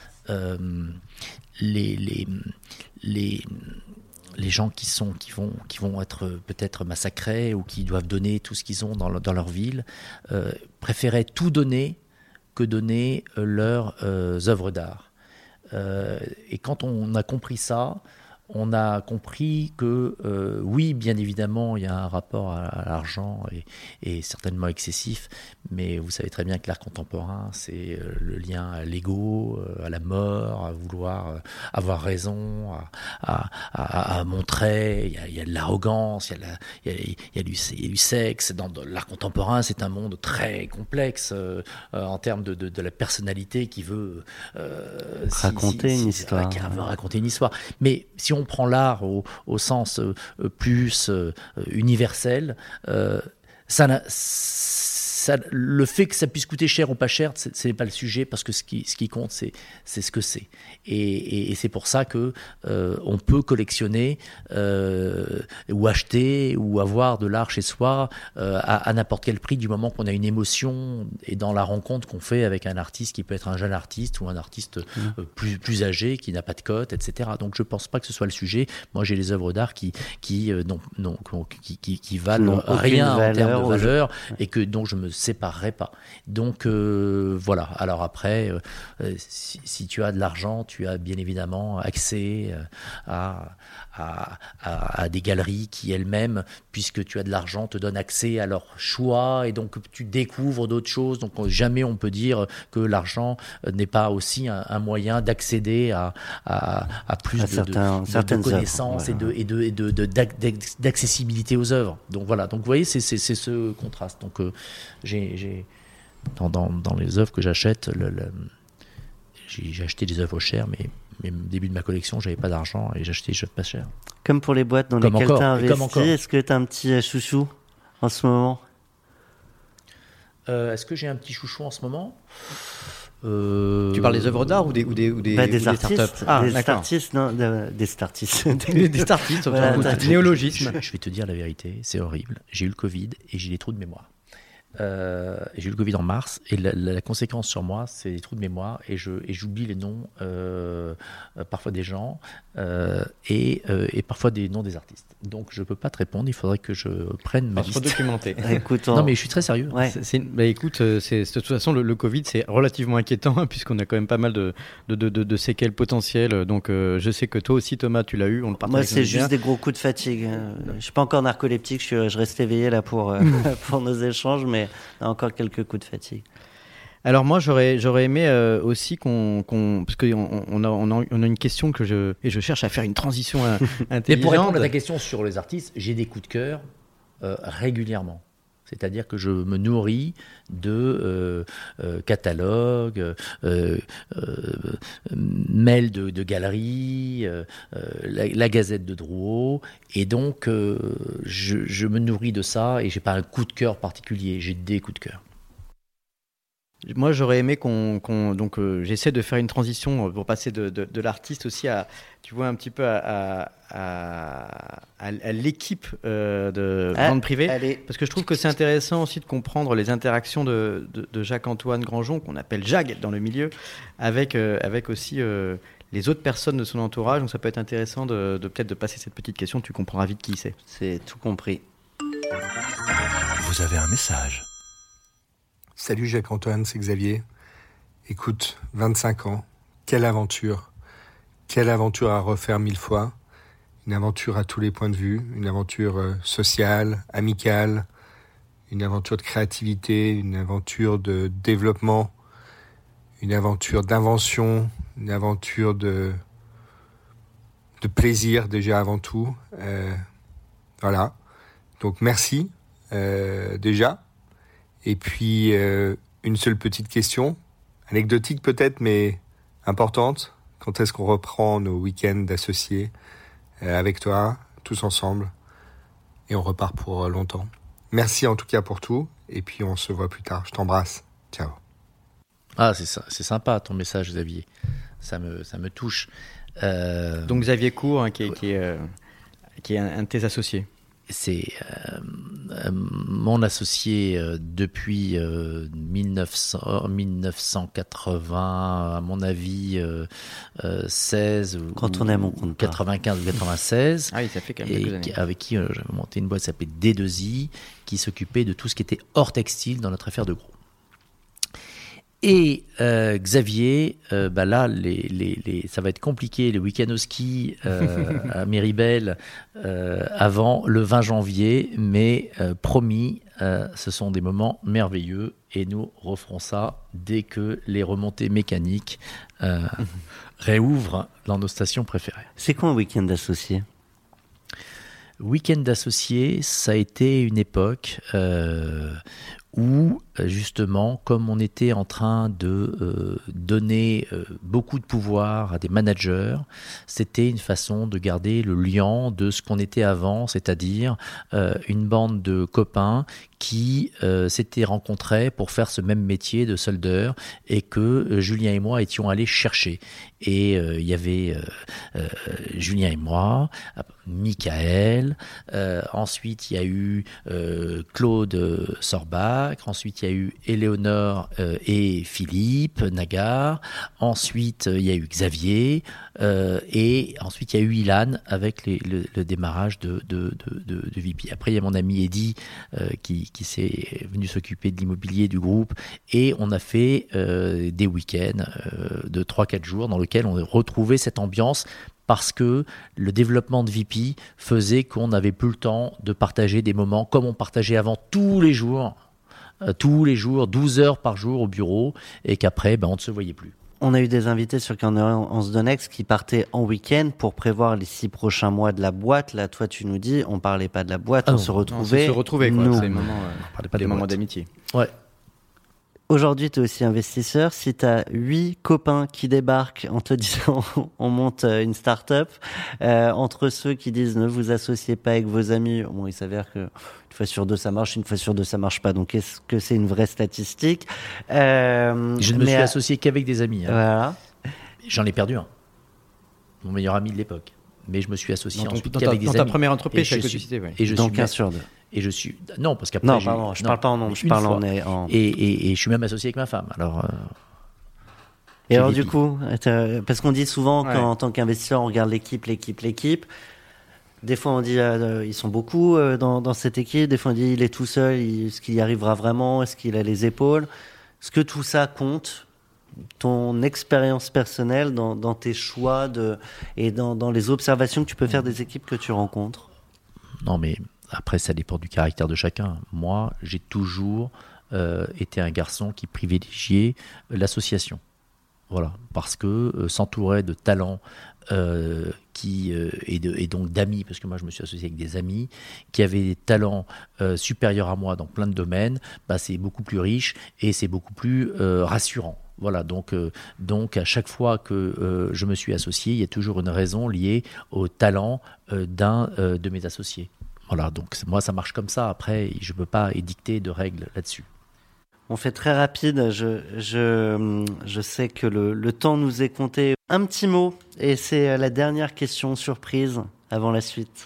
les gens qui vont être peut-être massacrés ou qui doivent donner tout ce qu'ils ont dans leur ville, préféraient tout donner que donner leurs œuvres d'art. Et quand on a compris ça, on a compris que oui, bien évidemment, il y a un rapport à l'argent et certainement excessif, mais vous savez très bien que l'art contemporain, c'est le lien à l'ego, à la mort, à vouloir avoir raison, à montrer. Il y a de l'arrogance, il y a du sexe. Dans l'art contemporain, c'est un monde très complexe en termes de la personnalité qui veut raconter une histoire. Qui veut raconter une histoire. Mais si on prend l'art au sens plus universel, c'est le fait que ça puisse coûter cher ou pas cher, ce n'est pas le sujet, parce que ce qui compte, c'est ce que c'est. Et c'est pour ça que on peut collectionner ou acheter ou avoir de l'art chez soi à n'importe quel prix, du moment qu'on a une émotion et dans la rencontre qu'on fait avec un artiste qui peut être un jeune artiste ou un artiste plus âgé, qui n'a pas de cote, etc. Donc je ne pense pas que ce soit le sujet. Moi, j'ai les œuvres d'art qui valent rien en termes de valeur et dont je ne me séparerai pas. Donc voilà. Alors après, si tu as de l'argent, tu as bien évidemment accès à des galeries qui elles-mêmes, puisque tu as de l'argent, te donnent accès à leur choix, et donc tu découvres d'autres choses. Donc jamais on peut dire que l'argent n'est pas aussi un moyen d'accéder à plus de connaissances et d'accessibilité aux œuvres. Donc voilà. Donc vous voyez, c'est ce contraste. Donc j'ai dans les œuvres que j'achète, j'ai acheté des œuvres chères, mais au début de ma collection, j'avais pas d'argent et j'achetais des œuvres pas chères. Comme pour les boîtes dans lesquelles tu as investi, est-ce que tu as un petit chouchou en ce moment? Est-ce que j'ai un petit chouchou en ce moment? Tu parles des œuvres d'art ou des artistes? Des artistes, non, des startistes. Des startistes, néologisme. Je vais te dire la vérité, c'est horrible. J'ai eu le Covid et j'ai des trous de mémoire. J'ai eu le Covid en mars, et la conséquence sur moi, c'est des trous de mémoire, et j'oublie les noms, parfois des gens, et parfois des noms des artistes. Donc je peux pas te répondre, il faudrait que je prenne ma liste. Documenter. Non, mais je suis très sérieux. Ouais. Écoute, de toute façon, le Covid, c'est relativement inquiétant, hein, puisqu'on a quand même pas mal de séquelles potentielles. Donc je sais que toi aussi, Thomas, tu l'as eu. On le partage. Moi, c'est juste des gros coups de fatigue. Je suis pas encore narcoleptique, je reste éveillé là pour nos échanges, mais encore quelques coups de fatigue. Alors moi, j'aurais aimé aussi parce qu'on a une question que je cherche à faire une transition intelligente. Et pour répondre à ta question sur les artistes, j'ai des coups de cœur régulièrement. C'est-à-dire que je me nourris de catalogues, mails de galeries, la Gazette de Drouot, et donc je me nourris de ça, et j'ai pas un coup de cœur particulier, j'ai des coups de cœur. Moi, j'aurais aimé donc j'essaie de faire une transition pour passer de l'artiste aussi à, tu vois, un petit peu à l'équipe de vente privée, parce que je trouve que c'est intéressant aussi de comprendre les interactions de Jacques-Antoine Granjon, qu'on appelle Jag dans le milieu, avec aussi les autres personnes de son entourage. Donc ça peut être intéressant de peut-être de passer cette petite question. Tu comprendras vite qui c'est. C'est tout compris. Vous avez un message. Salut Jacques-Antoine, c'est Xavier. Écoute, 25 ans, quelle aventure à refaire 1000 fois. Une aventure à tous les points de vue, une aventure sociale, amicale, une aventure de créativité, une aventure de développement, une aventure d'invention, une aventure de plaisir déjà avant tout. Voilà, donc merci déjà. Et puis, une seule petite question, anecdotique peut-être, mais importante. Quand est-ce qu'on reprend nos week-ends d'associés avec toi, tous ensemble, et on repart pour longtemps? Merci en tout cas pour tout, et puis on se voit plus tard. Je t'embrasse. Ciao. Ah, c'est sympa ton message, Xavier. Ça me touche. Donc Xavier Cour, hein, qui est un de tes associés. C'est mon associé depuis 1980, à mon avis 16 quand on aime on compte 95 ou 96. Ah oui, ça fait quand même quelques années. Avec qui j'avais monté une boîte qui s'appelait D2I, qui s'occupait de tout ce qui était hors textile dans notre affaire de gros. Et Xavier, là, ça va être compliqué, les week-ends au ski à Méribel avant le 20 janvier, mais promis, ce sont des moments merveilleux, et nous referons ça dès que les remontées mécaniques réouvrent dans nos stations préférées. C'est quoi un week-end d'associés ? Week-end d'associés, ça a été une époque où justement, comme on était en train de donner beaucoup de pouvoir à des managers, c'était une façon de garder le lien de ce qu'on était avant, c'est-à-dire une bande de copains qui s'étaient rencontrés pour faire ce même métier de soldeur et que Julien et moi étions allés chercher. Et il y avait Julien et moi, Michael, ensuite il y a eu Claude Sorbach, ensuite il y a eu Éléonore et Philippe Nagar, ensuite il y a eu Xavier, et ensuite il y a eu Ilan avec le démarrage de VP. Après il y a mon ami Eddy qui s'est venu s'occuper de l'immobilier du groupe, et on a fait des week-ends de 3-4 jours dans lesquels on retrouvait cette ambiance, parce que le développement de VP faisait qu'on n'avait plus le temps de partager des moments comme on partageait avant tous les jours, 12 heures par jour au bureau, et qu'après on ne se voyait plus. On a eu des invités sur Corner on se Donnex qui partaient en week-end pour prévoir les 6 prochains mois de la boîte. Là, toi, tu nous dis, on parlait pas de la boîte, on se retrouvait. On se retrouvait, quoi. Nous. C'est des moments d'amitié. Ouais. Aujourd'hui, tu es aussi investisseur. Si tu as 8 copains qui débarquent en te disant on monte une start-up, entre ceux qui disent ne vous associez pas avec vos amis, bon, il s'avère que une fois sur deux ça marche, une fois sur deux ça marche pas. Donc est-ce que c'est une vraie statistique? Je ne me suis associé qu'avec des amis. Voilà. J'en ai perdu un. Mon meilleur ami de l'époque. Mais je me suis associé ensuite qu'avec des amis. Dans ta première entreprise, c'est la société, ouais. Et je donc suis 1 sur 2. Et je suis non parce qu'après non pardon, je parle pas en nombre, je parle en et je suis même associé avec ma femme. Alors et alors du coup, parce qu'on dit souvent qu'en tant qu'investisseur on regarde l'équipe. Des fois on dit ils sont beaucoup dans cette équipe, des fois on dit il est tout seul, est-ce qu'il y arrivera vraiment, est-ce qu'il a les épaules, est-ce que tout ça compte, ton expérience personnelle dans tes choix et dans les observations que tu peux faire des équipes que tu rencontres? Non mais après, ça dépend du caractère de chacun. Moi, j'ai toujours été un garçon qui privilégiait l'association. Voilà, parce que s'entourer de talents et donc d'amis, parce que moi je me suis associé avec des amis qui avaient des talents supérieurs à moi dans plein de domaines, c'est beaucoup plus riche et c'est beaucoup plus rassurant. Voilà, donc à chaque fois que je me suis associé, il y a toujours une raison liée au talent d'un de mes associés. Voilà, donc moi ça marche comme ça. Après, je ne peux pas édicter de règles là-dessus. On fait très rapide. Je sais que le temps nous est compté. Un petit mot, et c'est la dernière question surprise avant la suite.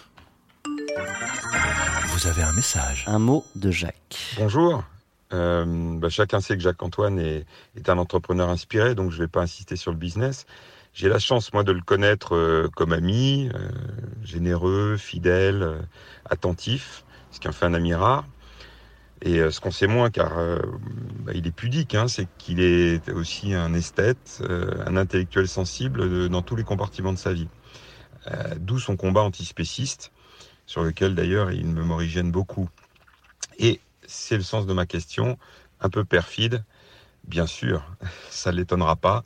Vous avez un message. Un mot de Jacques. Bonjour. Chacun sait que Jacques-Antoine est un entrepreneur inspiré, donc je ne vais pas insister sur le business. J'ai la chance, moi, de le connaître comme ami, généreux, fidèle, attentif, ce qui en fait un ami rare. Et ce qu'on sait moins, car il est pudique, c'est qu'il est aussi un esthète, un intellectuel sensible dans tous les compartiments de sa vie. D'où son combat antispéciste, sur lequel d'ailleurs il me m'origine beaucoup. Et c'est le sens de ma question, un peu perfide, bien sûr, ça ne l'étonnera pas.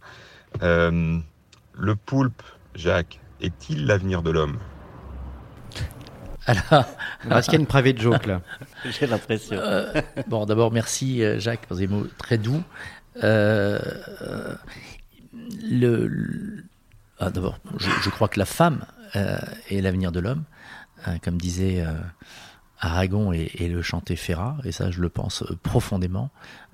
Le poulpe, Jacques, est-il l'avenir de l'homme? Alors, est-ce qu'il y a une private joke là? J'ai l'impression. Bon, d'abord, merci Jacques pour des mots très doux. D'abord, je crois que la femme est l'avenir de l'homme, comme disait Aragon et le chantait Ferrat, et ça je le pense profondément.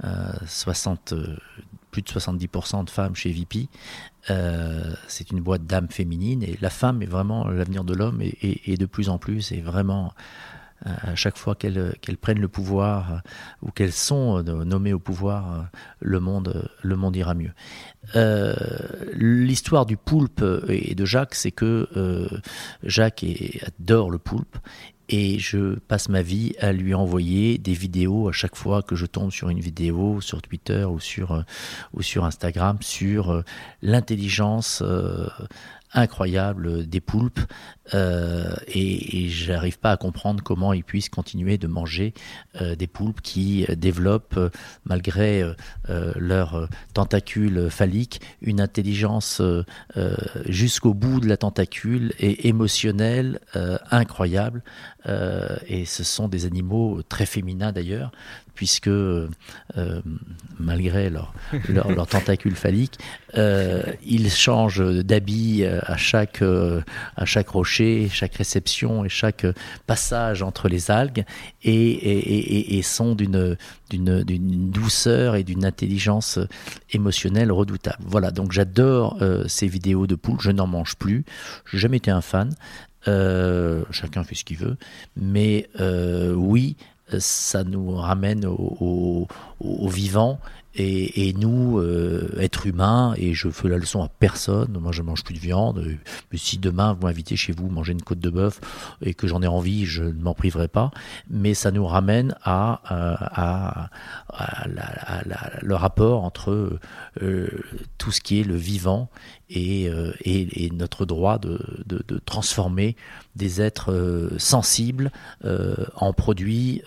Plus de 70% de femmes chez VP, c'est une boîte d'âme féminine, et la femme est vraiment l'avenir de l'homme, et de plus en plus, et vraiment à chaque fois qu'elles prennent le pouvoir ou qu'elles sont nommées au pouvoir, le monde ira mieux. L'histoire du poulpe et de Jacques, c'est que Jacques adore le poulpe, et je passe ma vie à lui envoyer des vidéos à chaque fois que je tombe sur une vidéo sur Twitter ou sur Instagram sur l'intelligence incroyable des poulpes, et j'arrive pas à comprendre comment ils puissent continuer de manger des poulpes qui développent, malgré leurs tentacules phalliques, une intelligence jusqu'au bout de la tentacule et émotionnelle incroyable. et ce sont des animaux très féminins d'ailleurs, puisque malgré leur tentacule phallique, ils changent d'habit à chaque rocher, chaque réception et chaque passage entre les algues, et sont d'une douceur et d'une intelligence émotionnelle redoutable. Voilà, donc j'adore ces vidéos de poules. Je n'en mange plus. Je n'ai jamais été un fan. Chacun fait ce qu'il veut, mais oui, ça nous ramène au vivant, et nous, êtres humains, et je fais la leçon à personne, moi je ne mange plus de viande, mais si demain vous m'invitez chez vous manger une côte de bœuf et que j'en ai envie, je ne m'en priverai pas, mais ça nous ramène à le rapport entre tout ce qui est le vivant et notre droit de transformer des êtres sensibles en produits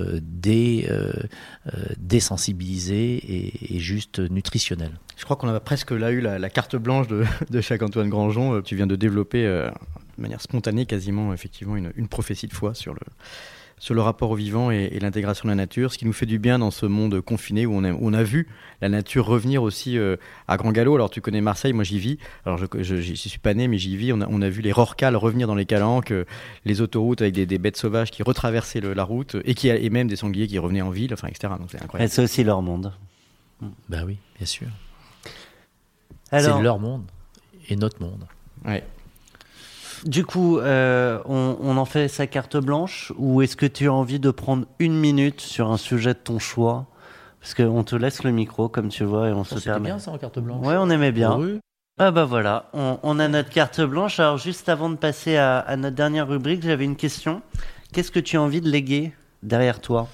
désensibilisés et juste nutritionnels. Je crois qu'on a presque là eu la carte blanche de Jacques-Antoine Granjon. Tu viens de développer de manière spontanée quasiment effectivement une prophétie de foi sur le rapport au vivant et l'intégration de la nature, ce qui nous fait du bien dans ce monde confiné où on a vu la nature revenir aussi à grand galop. Alors tu connais Marseille, moi j'y vis, alors je suis pas né mais j'y vis, on a vu les rorquals revenir dans les calanques, les autoroutes avec des bêtes sauvages qui retraversaient la route et même des sangliers qui revenaient en ville, enfin, etc. Donc c'est incroyable. Et c'est aussi leur monde. Ben oui, bien sûr. Alors, c'est leur monde et notre monde. Ouais. Du coup, on en fait sa carte blanche, ou est-ce que tu as envie de prendre 1 minute sur un sujet de ton choix? Parce qu'on te laisse le micro, comme tu vois, et on se C'était bien ça en carte blanche. Ouais, on aimait bien. Oui. Ah bah voilà, on a notre carte blanche. Alors juste avant de passer à notre dernière rubrique, j'avais une question. Qu'est-ce que tu as envie de léguer derrière toi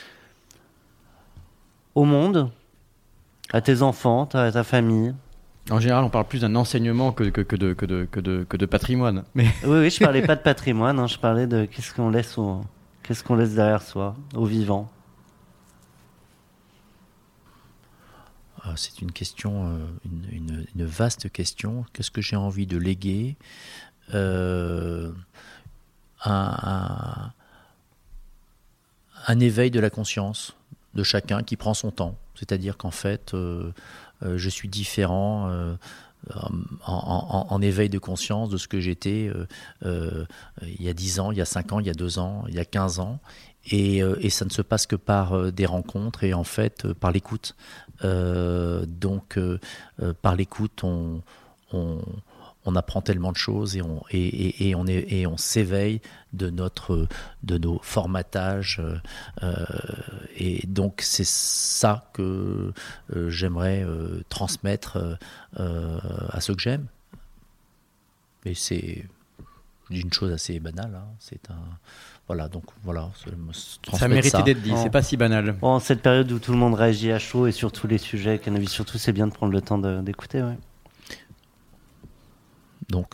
au monde, à tes enfants, à ta famille? En général, on parle plus d'un enseignement que de patrimoine. Mais... Oui, je parlais pas de patrimoine, hein, je parlais de qu'est-ce qu'on laisse derrière soi, au vivant. C'est une question, une vaste question. Qu'est-ce que j'ai envie de léguer? Un éveil de la conscience de chacun qui prend son temps. C'est-à-dire qu'en fait, je suis différent en éveil de conscience de ce que j'étais il y a 10 ans, il y a 5 ans, il y a 2 ans, il y a 15 ans. Et ça ne se passe que par des rencontres et en fait par l'écoute. Donc par l'écoute, on apprend tellement de choses et on s'éveille de nos formatages, et donc c'est ça que j'aimerais transmettre à ceux que j'aime. Mais c'est une chose assez banale, hein. Voilà, donc voilà. Ça méritait d'être dit, c'est pas si banal. En cette période où tout le monde réagit à chaud et sur tous les sujets cannabis, surtout, c'est bien de prendre le temps d'écouter. Ouais. Donc,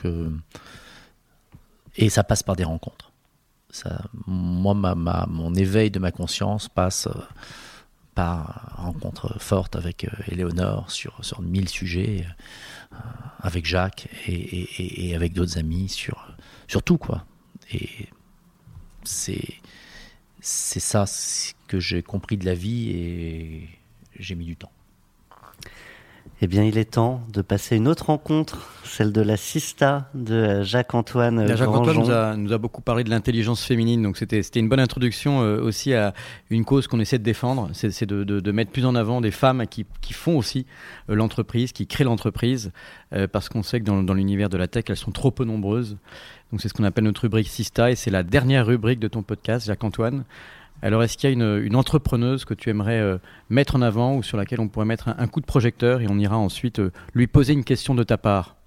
et ça passe par des rencontres. Moi, mon éveil de ma conscience passe par rencontre forte avec Éléonore sur 1000 sujets, avec Jacques et avec d'autres amis sur tout, quoi. Et c'est ça que j'ai compris de la vie et j'ai mis du temps. Eh bien, il est temps de passer à une autre rencontre, celle de la Sista de Jacques-Antoine Granjon. Jacques-Antoine nous a beaucoup parlé de l'intelligence féminine, donc c'était une bonne introduction aussi à une cause qu'on essaie de défendre, c'est de mettre plus en avant des femmes qui font aussi l'entreprise, qui créent l'entreprise, parce qu'on sait que dans l'univers de la tech, elles sont trop peu nombreuses. Donc c'est ce qu'on appelle notre rubrique Sista, et c'est la dernière rubrique de ton podcast, Jacques-Antoine. Alors, est-ce qu'il y a une entrepreneuse que tu aimerais mettre en avant ou sur laquelle on pourrait mettre un coup de projecteur et on ira ensuite lui poser une question de ta part?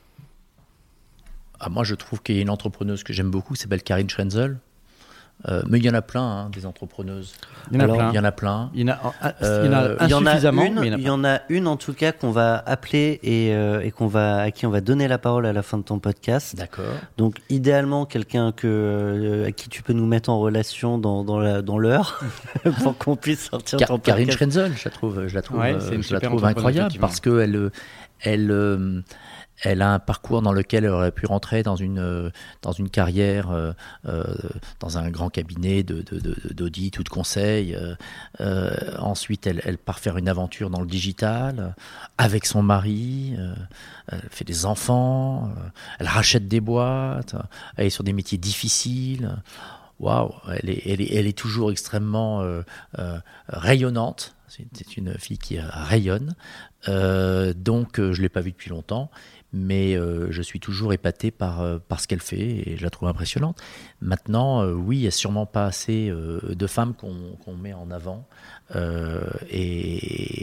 Moi, je trouve qu'il y a une entrepreneuse que j'aime beaucoup, qui s'appelle Karine Schrenzel. Mais il y en a plein, des entrepreneuses. Il y en a plein. Il y en a insuffisamment. Il y en a une en tout cas qu'on va appeler et à qui on va donner la parole à la fin de ton podcast. D'accord. Donc idéalement quelqu'un à qui tu peux nous mettre en relation dans l'heure pour qu'on puisse sortir ton podcast. Karine Schrenzel, je la trouve incroyable parce que Elle a un parcours dans lequel elle aurait pu rentrer dans une carrière dans un grand cabinet d'audit ou de conseil. Ensuite, elle part faire une aventure dans le digital avec son mari. Elle fait des enfants. Elle rachète des boîtes. Elle est sur des métiers difficiles. Waouh, elle est toujours extrêmement rayonnante. C'est une fille qui rayonne. Donc, je l'ai pas vue depuis longtemps. Mais je suis toujours épaté par ce qu'elle fait et je la trouve impressionnante. Maintenant, oui, il n'y a sûrement pas assez de femmes qu'on met en avant et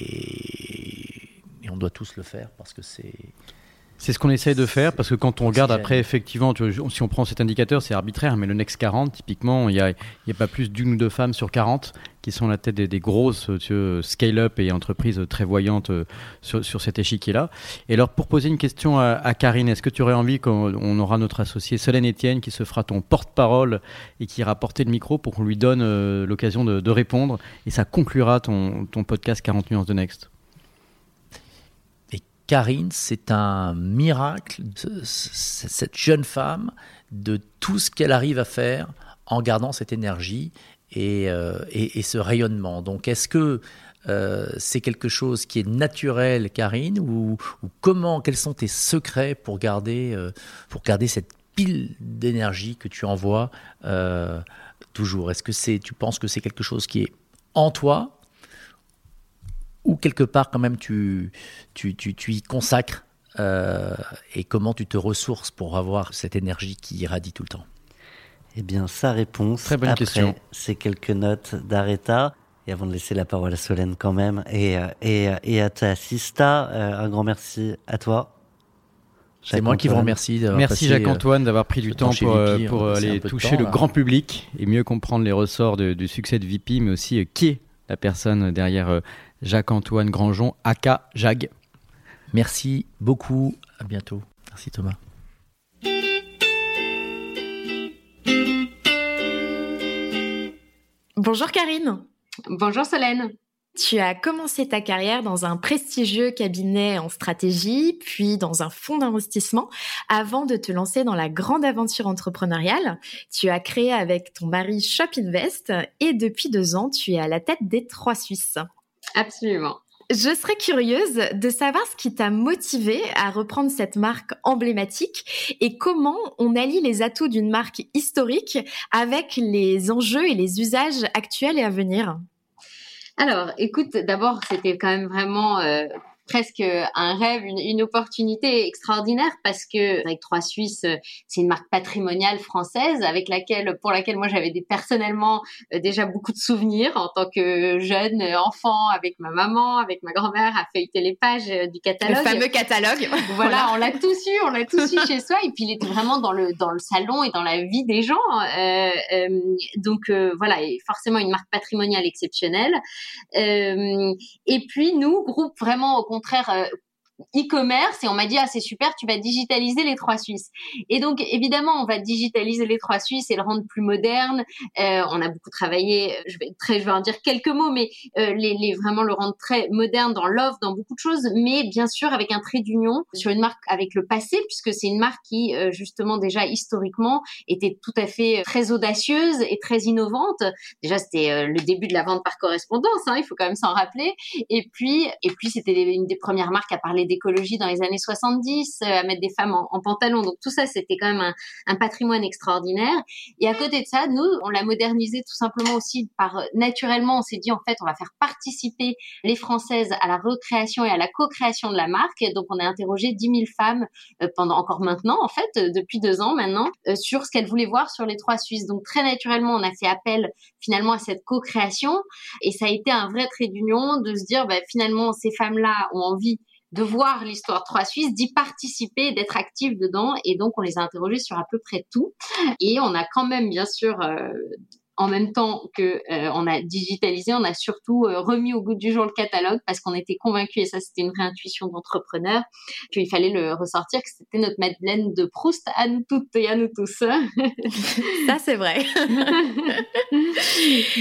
on doit tous le faire parce que c'est ce qu'on essaye de faire, parce que quand on regarde après, effectivement, si on prend cet indicateur, c'est arbitraire, mais le Next 40, typiquement, il y a pas plus d'une ou deux femmes sur 40 qui sont à la tête des grosses scale-up et entreprises très voyantes sur cet échiquier-là. Et alors, pour poser une question à Karine, est-ce que tu aurais envie qu'on aura notre associé Solène Etienne qui se fera ton porte-parole et qui ira porter le micro pour qu'on lui donne l'occasion de répondre, et ça conclura ton podcast 40 nuances de Next. Karine, c'est un miracle, cette jeune femme, de tout ce qu'elle arrive à faire en gardant cette énergie et ce rayonnement. Donc, est-ce que c'est quelque chose qui est naturel, Karine, ou quels sont tes secrets pour garder cette pile d'énergie que tu envoies toujours? Est-ce que tu penses que c'est quelque chose qui est en toi? Ou quelque part, quand même, tu y consacres et comment tu te ressources pour avoir cette énergie qui irradie tout le temps? Eh bien, sa réponse, très bonne après question. Ces quelques notes d'Aretha, et avant de laisser la parole à Solène quand même, et à ta Sista, un grand merci à toi. C'est moi qui vous remercie d'avoir Merci Jacques-Antoine d'avoir pris du temps pour aller toucher le grand public et mieux comprendre les ressorts du succès de VP, mais aussi qui est la personne derrière Jacques-Antoine Grandjean, aka Jag. Merci beaucoup, à bientôt. Merci Thomas. Bonjour Karine. Bonjour Solène. Tu as commencé ta carrière dans un prestigieux cabinet en stratégie, puis dans un fonds d'investissement, avant de te lancer dans la grande aventure entrepreneuriale. Tu as créé avec ton mari Shop Invest et depuis 2 ans, tu es à la tête des 3 Suisses. Absolument. Je serais curieuse de savoir ce qui t'a motivé à reprendre cette marque emblématique et comment on allie les atouts d'une marque historique avec les enjeux et les usages actuels et à venir. Alors, écoute, d'abord, c'était quand même vraiment presque un rêve, une opportunité extraordinaire parce que avec 3 Suisses, c'est une marque patrimoniale française pour laquelle moi j'avais personnellement déjà beaucoup de souvenirs en tant que jeune enfant avec ma maman, avec ma grand-mère à feuilleter les pages du catalogue. Le fameux catalogue. Voilà, on l'a tous eu chez soi et puis il était vraiment dans le salon et dans la vie des gens. Donc voilà, et forcément une marque patrimoniale exceptionnelle. Et puis nous, groupe vraiment au contraire e-commerce, et on m'a dit c'est super, tu vas digitaliser les 3 Suisses. Et donc évidemment on va digitaliser les 3 Suisses et le rendre plus moderne. On a beaucoup travaillé, je vais en dire quelques mots, mais vraiment le rendre très moderne dans l'offre, dans beaucoup de choses, mais bien sûr avec un trait d'union sur une marque avec le passé, puisque c'est une marque qui justement déjà historiquement était tout à fait très audacieuse et très innovante. Déjà c'était le début de la vente par correspondance, il faut quand même s'en rappeler. Et puis c'était une des premières marques à parler d'écologie dans les années 70, à mettre des femmes en pantalon. Donc tout ça, c'était quand même un patrimoine extraordinaire. Et à côté de ça, nous, on l'a modernisé tout simplement aussi naturellement, on s'est dit en fait, on va faire participer les Françaises à la recréation et à la co-création de la marque. Donc on a interrogé 10 000 femmes encore maintenant, en fait, depuis 2 ans maintenant, sur ce qu'elles voulaient voir sur les 3 Suisses. Donc très naturellement, on a fait appel finalement à cette co-création et ça a été un vrai trait d'union de se dire finalement, ces femmes-là ont envie de voir l'histoire 3 Suisses, d'y participer, d'être actives dedans. Et donc, on les a interrogées sur à peu près tout. Et on a quand même, bien sûr, en même temps que on a digitalisé, on a surtout remis au goût du jour le catalogue parce qu'on était convaincus, et ça, c'était une vraie intuition d'entrepreneur, qu'il fallait le ressortir, que c'était notre Madeleine de Proust à nous toutes et à nous tous. Ça, c'est vrai.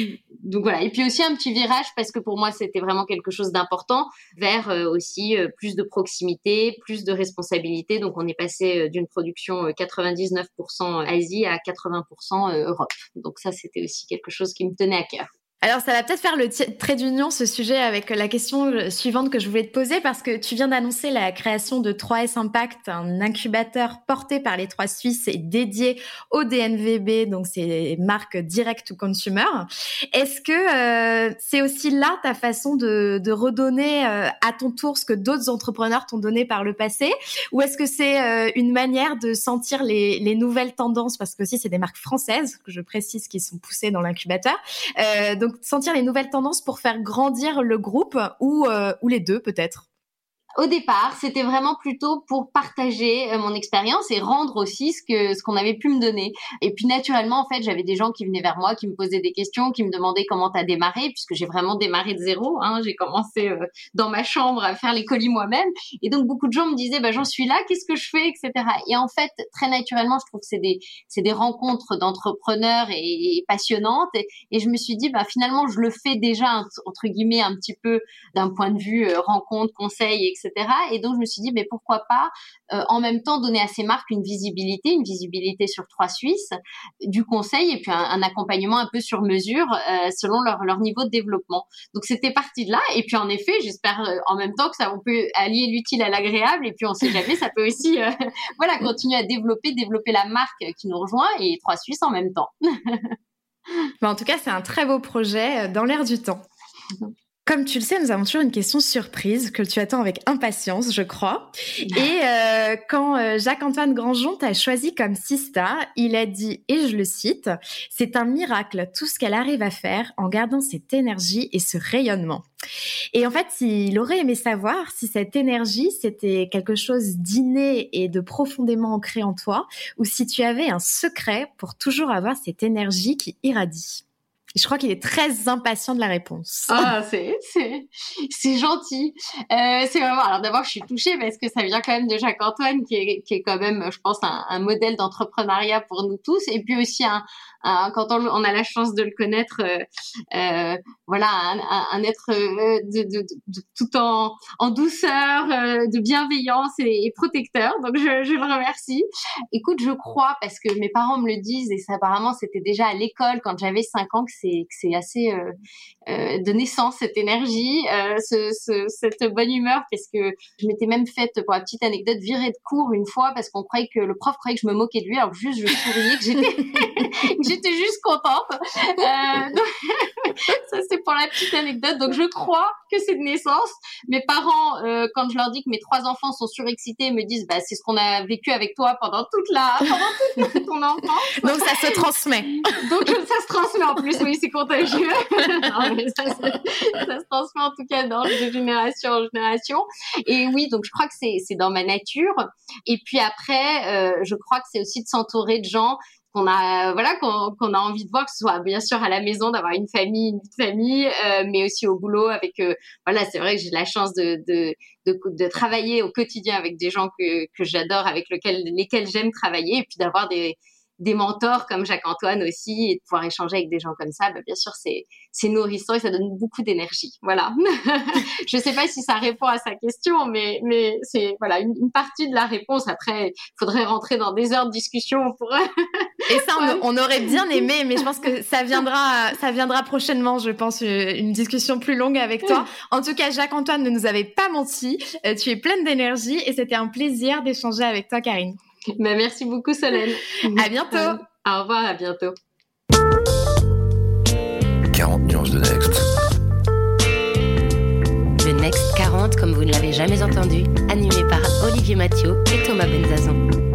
voilà. Et puis aussi un petit virage, parce que pour moi, c'était vraiment quelque chose d'important, vers aussi plus de proximité, plus de responsabilité. Donc, on est passé d'une production 99% Asie à 80% Europe. Donc ça, c'était aussi quelque chose qui me tenait à cœur. Alors, ça va peut-être faire le trait d'union, ce sujet, avec la question suivante que je voulais te poser, parce que tu viens d'annoncer la création de 3S Impact, un incubateur porté par les 3 Suisses et dédié au DNVB, donc c'est marque direct to consumer. Est-ce que c'est aussi là ta façon de redonner à ton tour ce que d'autres entrepreneurs t'ont donné par le passé, ou est-ce que c'est une manière de sentir les nouvelles tendances, parce que aussi c'est des marques françaises, que je précise, qui sont poussées dans l'incubateur, donc sentir les nouvelles tendances pour faire grandir le groupe ou les deux peut-être? Au départ, c'était vraiment plutôt pour partager mon expérience et rendre aussi ce qu'on avait pu me donner. Et puis naturellement, en fait, j'avais des gens qui venaient vers moi, qui me posaient des questions, qui me demandaient comment t'as démarré, puisque j'ai vraiment démarré de zéro. J'ai commencé dans ma chambre à faire les colis moi-même. Et donc beaucoup de gens me disaient, j'en suis là, qu'est-ce que je fais, etc. Et en fait, très naturellement, je trouve que c'est des rencontres d'entrepreneurs et passionnantes. Et je me suis dit, finalement, je le fais déjà entre guillemets un petit peu d'un point de vue rencontre, conseil, etc. Et donc, je me suis dit, pourquoi pas en même temps donner à ces marques une visibilité sur 3 Suisses, du conseil et puis un accompagnement un peu sur mesure selon leur niveau de développement. Donc, c'était parti de là. Et puis, en effet, j'espère en même temps que on peut allier l'utile à l'agréable. Et puis, on sait jamais, ça peut aussi continuer à développer la marque qui nous rejoint et 3 Suisses en même temps. En tout cas, c'est un très beau projet dans l'air du temps. Comme tu le sais, nous avons toujours une question surprise que tu attends avec impatience, je crois. Et quand Jacques-Antoine Grandjean t'a choisi comme Sista, il a dit, et je le cite, « C'est un miracle tout ce qu'elle arrive à faire en gardant cette énergie et ce rayonnement. » Et en fait, il aurait aimé savoir si cette énergie, c'était quelque chose d'inné et de profondément ancré en toi, ou si tu avais un secret pour toujours avoir cette énergie qui irradie. Je crois qu'il est très impatient de la réponse. Ah, c'est gentil. C'est vraiment. Alors d'abord, je suis touchée parce que ça vient quand même de Jacques-Antoine, qui est quand même, je pense, un modèle d'entrepreneuriat pour nous tous, et puis aussi quand on a la chance de le connaître, un être de tout en douceur, de bienveillance et protecteur. Donc je le remercie. Écoute, je crois, parce que mes parents me le disent, et ça apparemment c'était déjà à l'école quand j'avais 5 ans, que c'est assez de naissance, cette énergie, cette bonne humeur, parce que je m'étais même faite, pour la petite anecdote, virer de cours une fois parce qu'on croyait que le prof croyait que je me moquais de lui, alors juste je souriais, que j'étais juste contente. Donc, ça c'est pour la petite anecdote. Donc je crois que c'est de naissance. Mes parents, quand je leur dis que mes 3 enfants sont surexcités, me disent c'est ce qu'on a vécu avec toi pendant toute ton enfance. Donc ça se transmet. Donc ça se transmet en plus, oui, c'est contagieux. Non, mais ça se transmet en tout cas de génération en génération. Et oui, donc je crois que c'est dans ma nature. Et puis après, je crois que c'est aussi de s'entourer de gens qu'on a envie de voir, que ce soit bien sûr à la maison, d'avoir une vie de famille, mais aussi au boulot avec c'est vrai que j'ai la chance de travailler au quotidien avec des gens que j'adore, avec lesquels j'aime travailler, et puis d'avoir des mentors comme Jacques-Antoine aussi, et de pouvoir échanger avec des gens comme ça, bien sûr, c'est nourrissant et ça donne beaucoup d'énergie. Voilà. Je sais pas si ça répond à sa question, mais c'est une partie de la réponse. Après, il faudrait rentrer dans des heures de discussion pour... Et ça, on aurait bien aimé, mais je pense que ça viendra prochainement, je pense, une discussion plus longue avec toi. En tout cas, Jacques-Antoine ne nous avait pas menti. Tu es pleine d'énergie et c'était un plaisir d'échanger avec toi, Karine. Merci beaucoup, Solène. À bientôt. Au revoir, à bientôt. 40 nuances de Next. Le Next 40, comme vous ne l'avez jamais entendu, animé par Olivier Mathieu et Thomas Benzazon.